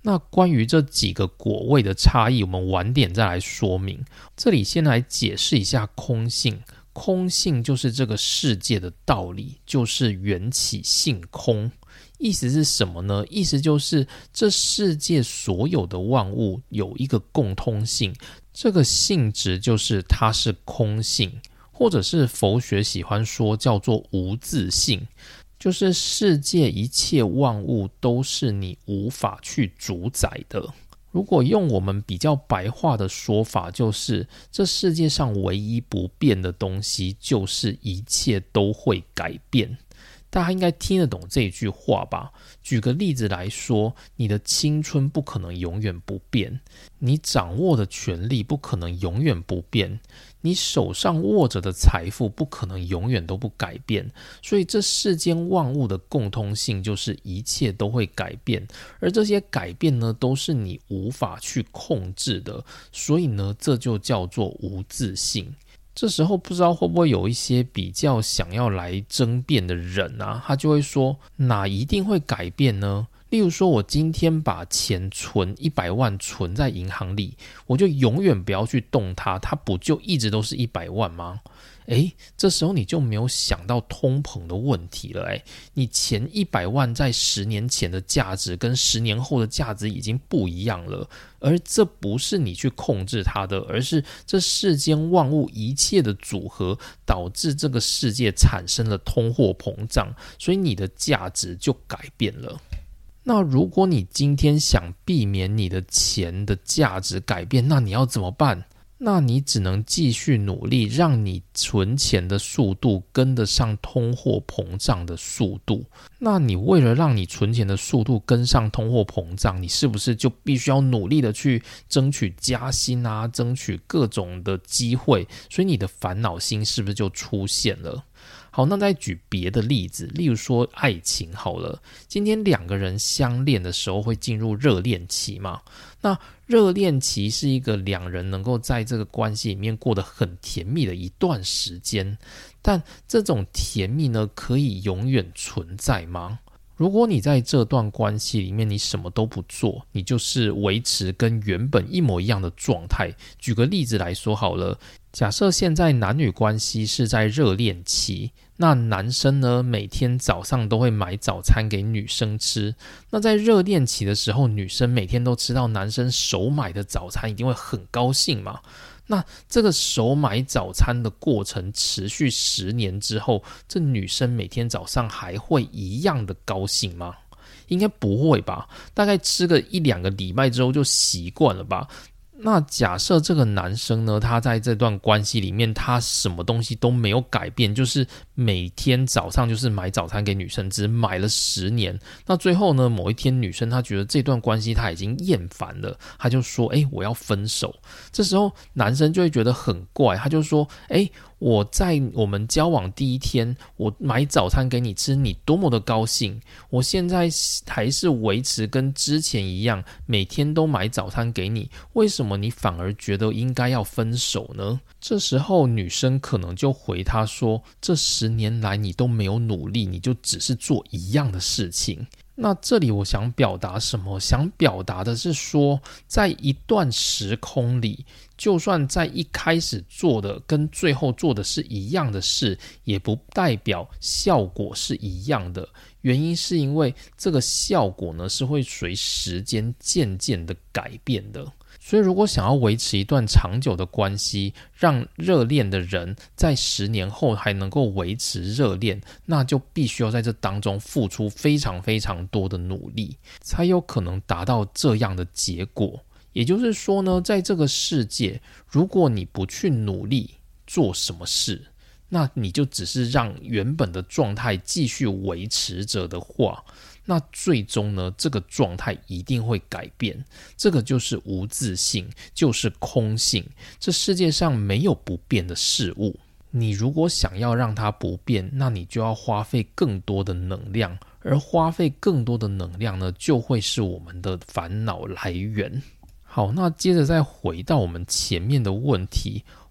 那关于这几个果位的差异，我们晚点再来说明。这里先来解释一下空性。空性就是这个世界的道理，就是缘起性空。意思是什么呢？意思就是这世界所有的万物有一个共通性，这个性质就是它是空性，或者是佛学喜欢说叫做无自性，就是世界一切万物都是你无法去主宰的。如果用我们比较白话的说法，就是这世界上唯一不变的东西就是一切都会改变。大家应该听得懂这句话吧？举个例子来说，你的青春不可能永远不变，你掌握的权利不可能永远不变，你手上握着的财富不可能永远都不改变。所以这世间万物的共通性就是一切都会改变，而这些改变呢，都是你无法去控制的，所以呢，这就叫做无自性。这时候不知道会不会有一些比较想要来争辩的人啊，他就会说哪一定会改变呢？例如说我今天把钱存100万存在银行里，我就永远不要去动它，它不就一直都是100万吗？这时候你就没有想到通膨的问题了。你前100万在10年前的价值跟10年后的价值已经不一样了，而这不是你去控制它的，而是这世间万物一切的组合导致这个世界产生了通货膨胀，所以你的价值就改变了。那如果你今天想避免你的钱的价值改变，那你要怎么办？那你只能继续努力，让你存钱的速度跟得上通货膨胀的速度。那你为了让你存钱的速度跟上通货膨胀，你是不是就必须要努力的去争取加薪啊，争取各种的机会？所以你的烦恼心是不是就出现了？好，那再举别的例子，例如说爱情好了。今天两个人相恋的时候会进入热恋期嘛？那热恋期是一个两人能够在这个关系里面过得很甜蜜的一段时间，但这种甜蜜呢，可以永远存在吗？如果你在这段关系里面你什么都不做，你就是维持跟原本一模一样的状态。举个例子来说好了，假设现在男女关系是在热恋期，那男生呢每天早上都会买早餐给女生吃，那在热恋期的时候，女生每天都吃到男生手买的早餐，一定会很高兴嘛。那这个手买早餐的过程持续10年之后，这女生每天早上还会一样的高兴吗？应该不会吧，大概吃个1-2个礼拜之后就习惯了吧。那假设这个男生呢，他在这段关系里面，他什么东西都没有改变，就是每天早上就是买早餐给女生吃，买了10年。那最后呢，某一天女生她觉得这段关系她已经厌烦了，她就说我要分手。这时候男生就会觉得很怪，他就说我在我们交往第一天，我买早餐给你吃，你多么的高兴，我现在还是维持跟之前一样，每天都买早餐给你，为什么你反而觉得应该要分手呢？这时候女生可能就回他说，这10年来你都没有努力，你就只是做一样的事情。那这里我想表达什么？想表达的是说，在一段时空里，就算在一开始做的跟最后做的是一样的事，也不代表效果是一样的。原因是因为这个效果呢，是会随时间渐渐的改变的。所以如果想要维持一段长久的关系，让热恋的人在10年后还能够维持热恋，那就必须要在这当中付出非常非常多的努力，才有可能达到这样的结果。也就是说呢，在这个世界，如果你不去努力做什么事，那你就只是让原本的状态继续维持着的话，那最终呢，这个状态一定会改变。这个就是无自性，就是空性。这世界上没有不变的事物，你如果想要让它不变，那你就要花费更多的能量，而花费更多的能量呢，就会是我们的烦恼来源。好，那接着再回到我们前面的问题，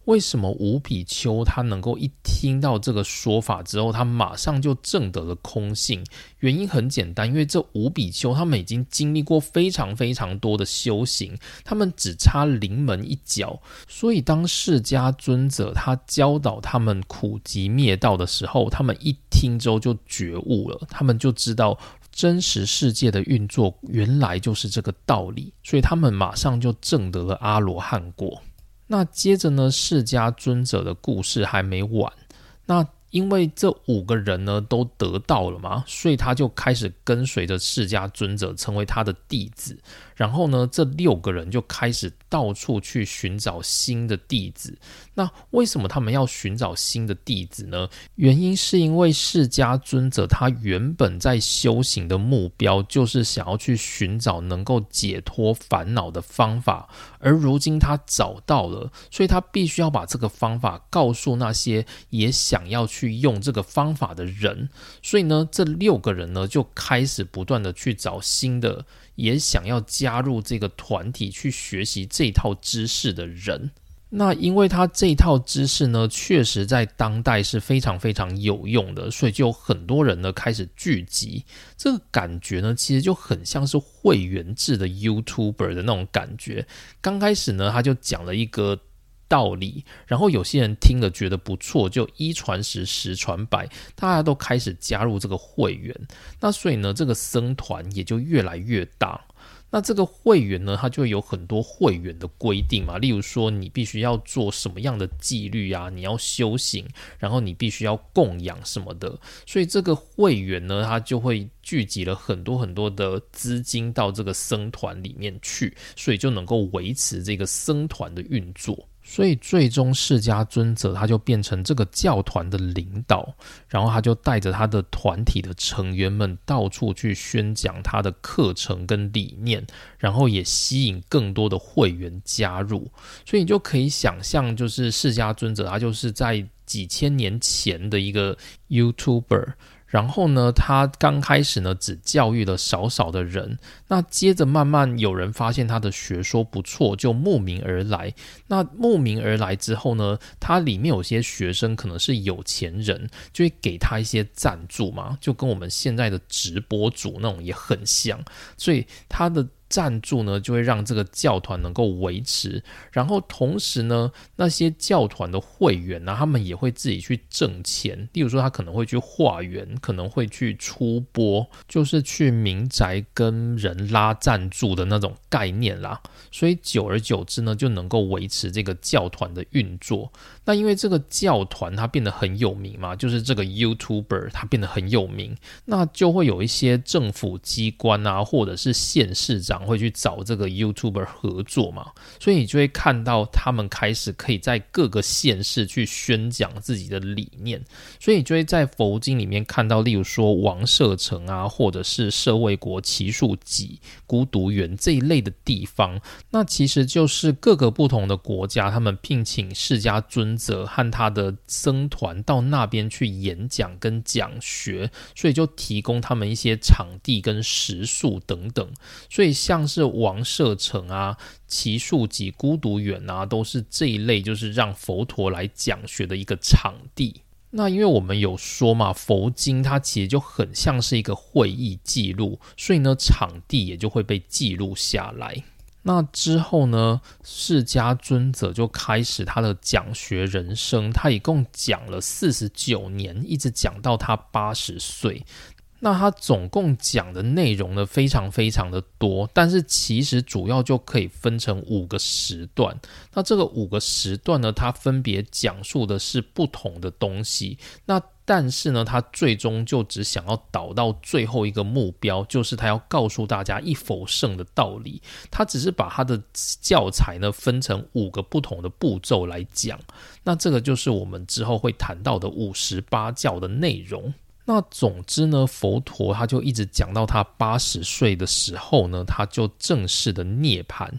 为什么五比丘他能够一听到这个说法之后，他马上就证得了空性？原因很简单，因为这五比丘他们已经经历过非常非常多的修行，他们只差临门一脚，所以当释迦尊者他教导他们苦集灭道的时候，他们一听之后就觉悟了，他们就知道真实世界的运作原来就是这个道理，所以他们马上就证得了阿罗汉果。那接着呢，释迦尊者的故事还没完，那因为这5个人呢都得到了嘛，所以他就开始跟随着释迦尊者成为他的弟子。然后呢，这6个人就开始到处去寻找新的弟子。那为什么他们要寻找新的弟子呢？原因是因为释迦尊者他原本在修行的目标就是想要去寻找能够解脱烦恼的方法，而如今他找到了，所以他必须要把这个方法告诉那些也想要去用这个方法的人。所以呢，这6个人呢就开始不断的去找新的也想要加入这个团体去学习这套知识的人。那因为他这套知识呢确实在当代是非常非常有用的，所以就有很多人呢开始聚集。这个感觉呢其实就很像是会员制的 YouTuber 的那种感觉。刚开始呢他就讲了一个道理，然后有些人听了觉得不错，就1传10，10传100，大家都开始加入这个会员。那所以呢这个僧团也就越来越大。那这个会员呢，它就会有很多会员的规定嘛，例如说你必须要做什么样的纪律啊，你要修行，然后你必须要供养什么的，所以这个会员呢，它就会聚集了很多很多的资金到这个僧团里面去，所以就能够维持这个僧团的运作。所以最终释迦尊者他就变成这个教团的领导，然后他就带着他的团体的成员们到处去宣讲他的课程跟理念，然后也吸引更多的会员加入。所以你就可以想象，就是释迦尊者他就是在几千年前的一个 YouTuber，然后呢他刚开始呢只教育了少少的人，那接着慢慢有人发现他的学说不错，就慕名而来。那慕名而来之后呢，他里面有些学生可能是有钱人，就会给他一些赞助嘛，就跟我们现在的直播主那种也很像，所以他的赞助呢就会让这个教团能够维持。然后同时呢，那些教团的会员啊，他们也会自己去挣钱，例如说他可能会去化缘，可能会去出播，就是去民宅跟人拉赞助的那种概念啦。所以久而久之呢，就能够维持这个教团的运作。那因为这个教团它变得很有名嘛，就是这个 YouTuber 它变得很有名，那就会有一些政府机关啊，或者是县市长会去找这个 YouTuber 合作嘛，所以你就会看到他们开始可以在各个县市去宣讲自己的理念。所以你就会在佛经里面看到，例如说王舍城啊，或者是舍卫国、祇树给、孤独园这一类的地方，那其实就是各个不同的国家，他们聘请释迦尊者和他的僧团到那边去演讲跟讲学，所以就提供他们一些场地跟食宿等等。所以像是王舍城啊、祇树给、孤独园啊，都是这一类就是让佛陀来讲学的一个场地。那因为我们有说嘛，佛经它其实就很像是一个会议记录，所以呢场地也就会被记录下来。那之后呢，释迦尊者就开始他的讲学人生，他一共讲了49年，一直讲到他80岁。那他总共讲的内容呢非常非常的多，但是其实主要就可以分成5个时段。那这个5个时段呢，它分别讲述的是不同的东西。那但是呢，他最终就只想要导到最后一个目标，就是他要告诉大家一佛圣的道理。他只是把他的教材呢分成5个不同的步骤来讲。那这个就是我们之后会谈到的58教的内容。那总之呢，佛陀他就一直讲到他80岁的时候呢，他就正式的涅槃。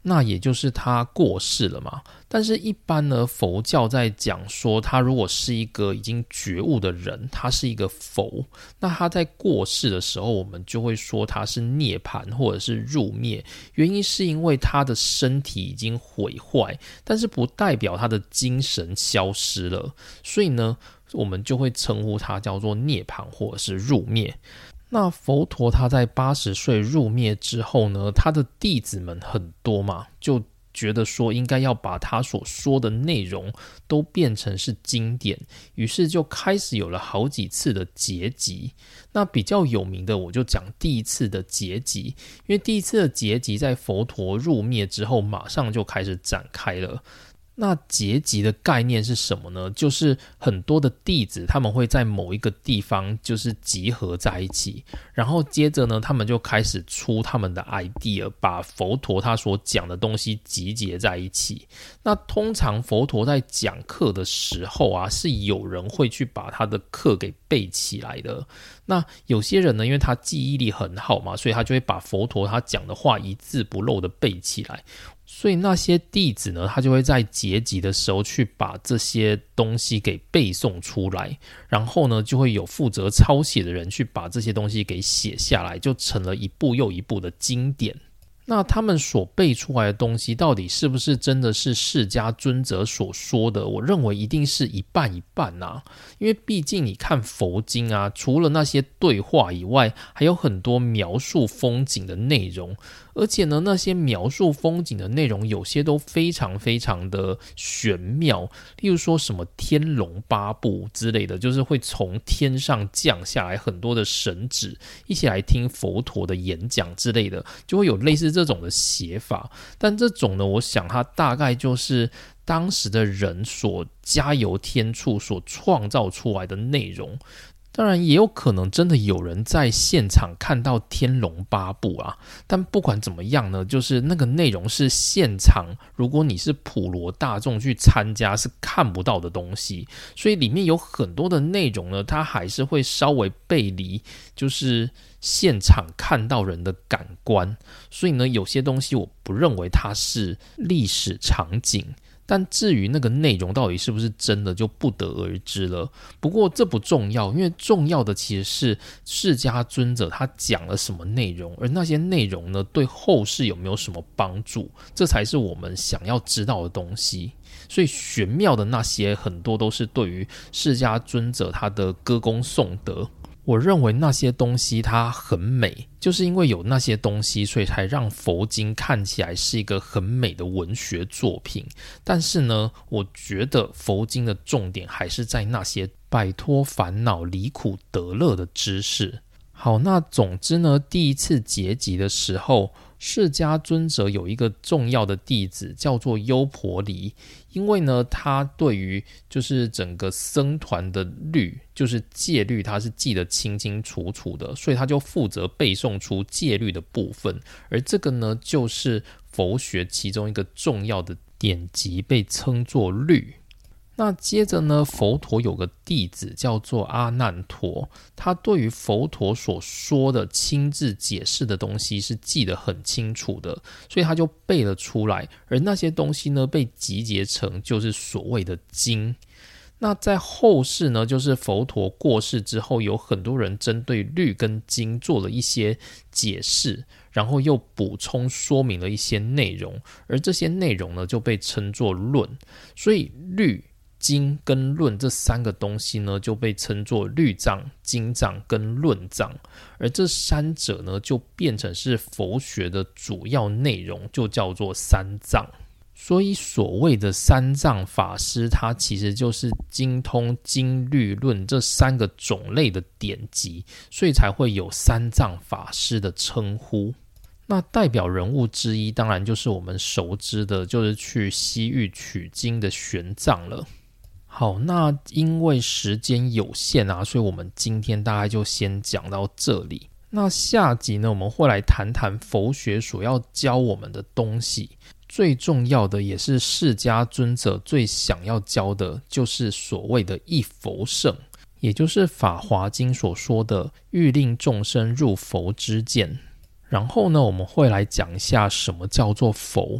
那也就是他过世了嘛。但是一般呢，佛教在讲说他如果是一个已经觉悟的人，他是一个佛，那他在过世的时候，我们就会说他是涅槃或者是入灭，原因是因为他的身体已经毁坏，但是不代表他的精神消失了，所以呢，我们就会称呼他叫做涅槃或者是入灭。那佛陀他在80岁入灭之后呢，他的弟子们很多嘛，就觉得说应该要把他所说的内容都变成是经典，于是就开始有了好几次的结集。那比较有名的我就讲第一次的结集，因为第一次的结集在佛陀入灭之后马上就开始展开了。那结集的概念是什么呢？就是很多的弟子他们会在某一个地方就是集合在一起，然后接着呢他们就开始出他们的 idea， 把佛陀他所讲的东西集结在一起。那通常佛陀在讲课的时候啊，是有人会去把他的课给背起来的。那有些人呢，因为他记忆力很好嘛，所以他就会把佛陀他讲的话一字不漏的背起来。所以那些弟子呢，他就会在结集的时候去把这些东西给背诵出来，然后呢就会有负责抄写的人去把这些东西给写下来，就成了一部又一部的经典。那他们所背出来的东西到底是不是真的是释迦尊者所说的？我认为一定是一半一半啊，因为毕竟你看佛经啊，除了那些对话以外，还有很多描述风景的内容，而且呢，那些描述风景的内容有些都非常非常的玄妙，例如说什么天龙八部之类的，就是会从天上降下来很多的神旨，一起来听佛陀的演讲之类的，就会有类似这种的写法。但这种呢，我想它大概就是当时的人所加油添醋所创造出来的内容。当然也有可能真的有人在现场看到天龙八部啊，但不管怎么样呢，就是那个内容是现场如果你是普罗大众去参加是看不到的东西，所以里面有很多的内容呢，它还是会稍微背离就是现场看到人的感官，所以呢有些东西我不认为它是历史场景，但至于那个内容到底是不是真的就不得而知了。不过这不重要，因为重要的其实是释迦尊者他讲了什么内容，而那些内容呢对后世有没有什么帮助，这才是我们想要知道的东西。所以玄妙的那些很多都是对于释迦尊者他的歌功颂德，我认为那些东西它很美，就是因为有那些东西，所以才让佛经看起来是一个很美的文学作品。但是呢，我觉得佛经的重点还是在那些摆脱烦恼、离苦得乐的知识。好，那总之呢，第一次结集的时候，释迦尊者有一个重要的弟子叫做优婆离，因为呢他对于就是整个僧团的律，就是戒律，他是记得清清楚楚的，所以他就负责背诵出戒律的部分，而这个呢就是佛学其中一个重要的典籍，被称作律。那接着呢，佛陀有个弟子叫做阿难陀，他对于佛陀所说的亲自解释的东西是记得很清楚的，所以他就背了出来，而那些东西呢被集结成就是所谓的经。那在后世呢，就是佛陀过世之后，有很多人针对律跟经做了一些解释，然后又补充说明了一些内容，而这些内容呢就被称作论。所以律、经跟论这三个东西呢就被称作律藏、经藏跟论藏，而这三者呢就变成是佛学的主要内容，就叫做三藏。所以所谓的三藏法师，他其实就是精通经律论这三个种类的典籍，所以才会有三藏法师的称呼。那代表人物之一当然就是我们熟知的，就是去西域取经的玄奘了。好，那因为时间有限啊，所以我们今天大概就先讲到这里。那下集呢，我们会来谈谈佛学所要教我们的东西，最重要的也是释迦尊者最想要教的，就是所谓的一佛乘，也就是法华经所说的欲令众生入佛之见。然后呢，我们会来讲一下什么叫做佛。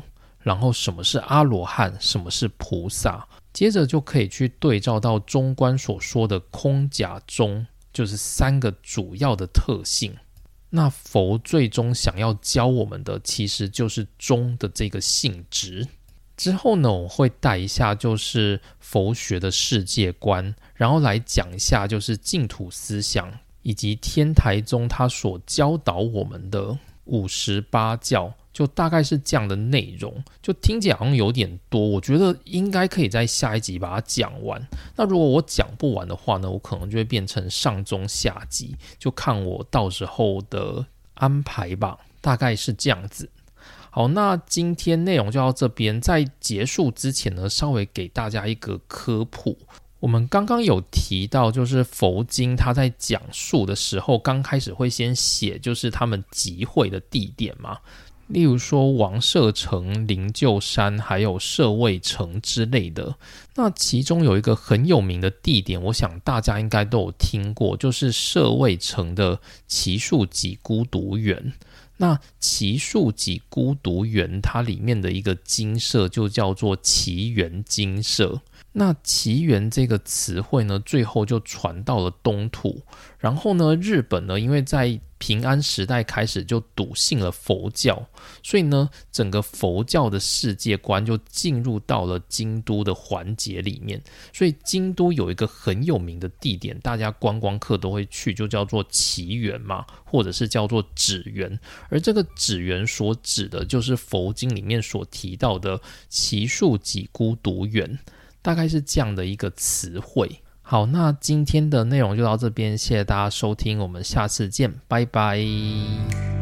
然后什么是阿罗汉，什么是菩萨，接着就可以去对照到中观所说的空假中，就是3个主要的特性。那佛最终想要教我们的其实就是中的这个性质。之后呢，我会带一下就是佛学的世界观，然后来讲一下就是净土思想以及天台宗他所教导我们的58教，就大概是这样的内容。就听起来好像有点多，我觉得应该可以在下一集把它讲完。那如果我讲不完的话呢，我可能就会变成上中下集，就看我到时候的安排吧，大概是这样子。好，那今天内容就到这边。在结束之前呢，稍微给大家一个科普。我们刚刚有提到，就是佛经它在讲述的时候，刚开始会先写就是他们集会的地点嘛，例如说王舍城、灵鹫山还有舍卫城之类的。那其中有一个很有名的地点，我想大家应该都有听过，就是舍卫城的祇树给孤独园。那祇树给孤独园它里面的一个精舍就叫做祇园精舍。那祇园这个词汇呢，最后就传到了东土。然后呢，日本呢，因为在平安时代开始就笃信了佛教，所以呢，整个佛教的世界观就进入到了京都的环节里面。所以京都有一个很有名的地点，大家观光客都会去，就叫做祇园嘛，或者是叫做祇园。而这个祇园所指的就是佛经里面所提到的祇树给孤独园，大概是这样的一个词汇。好，那今天的内容就到这边，谢谢大家收听，我们下次见，拜拜。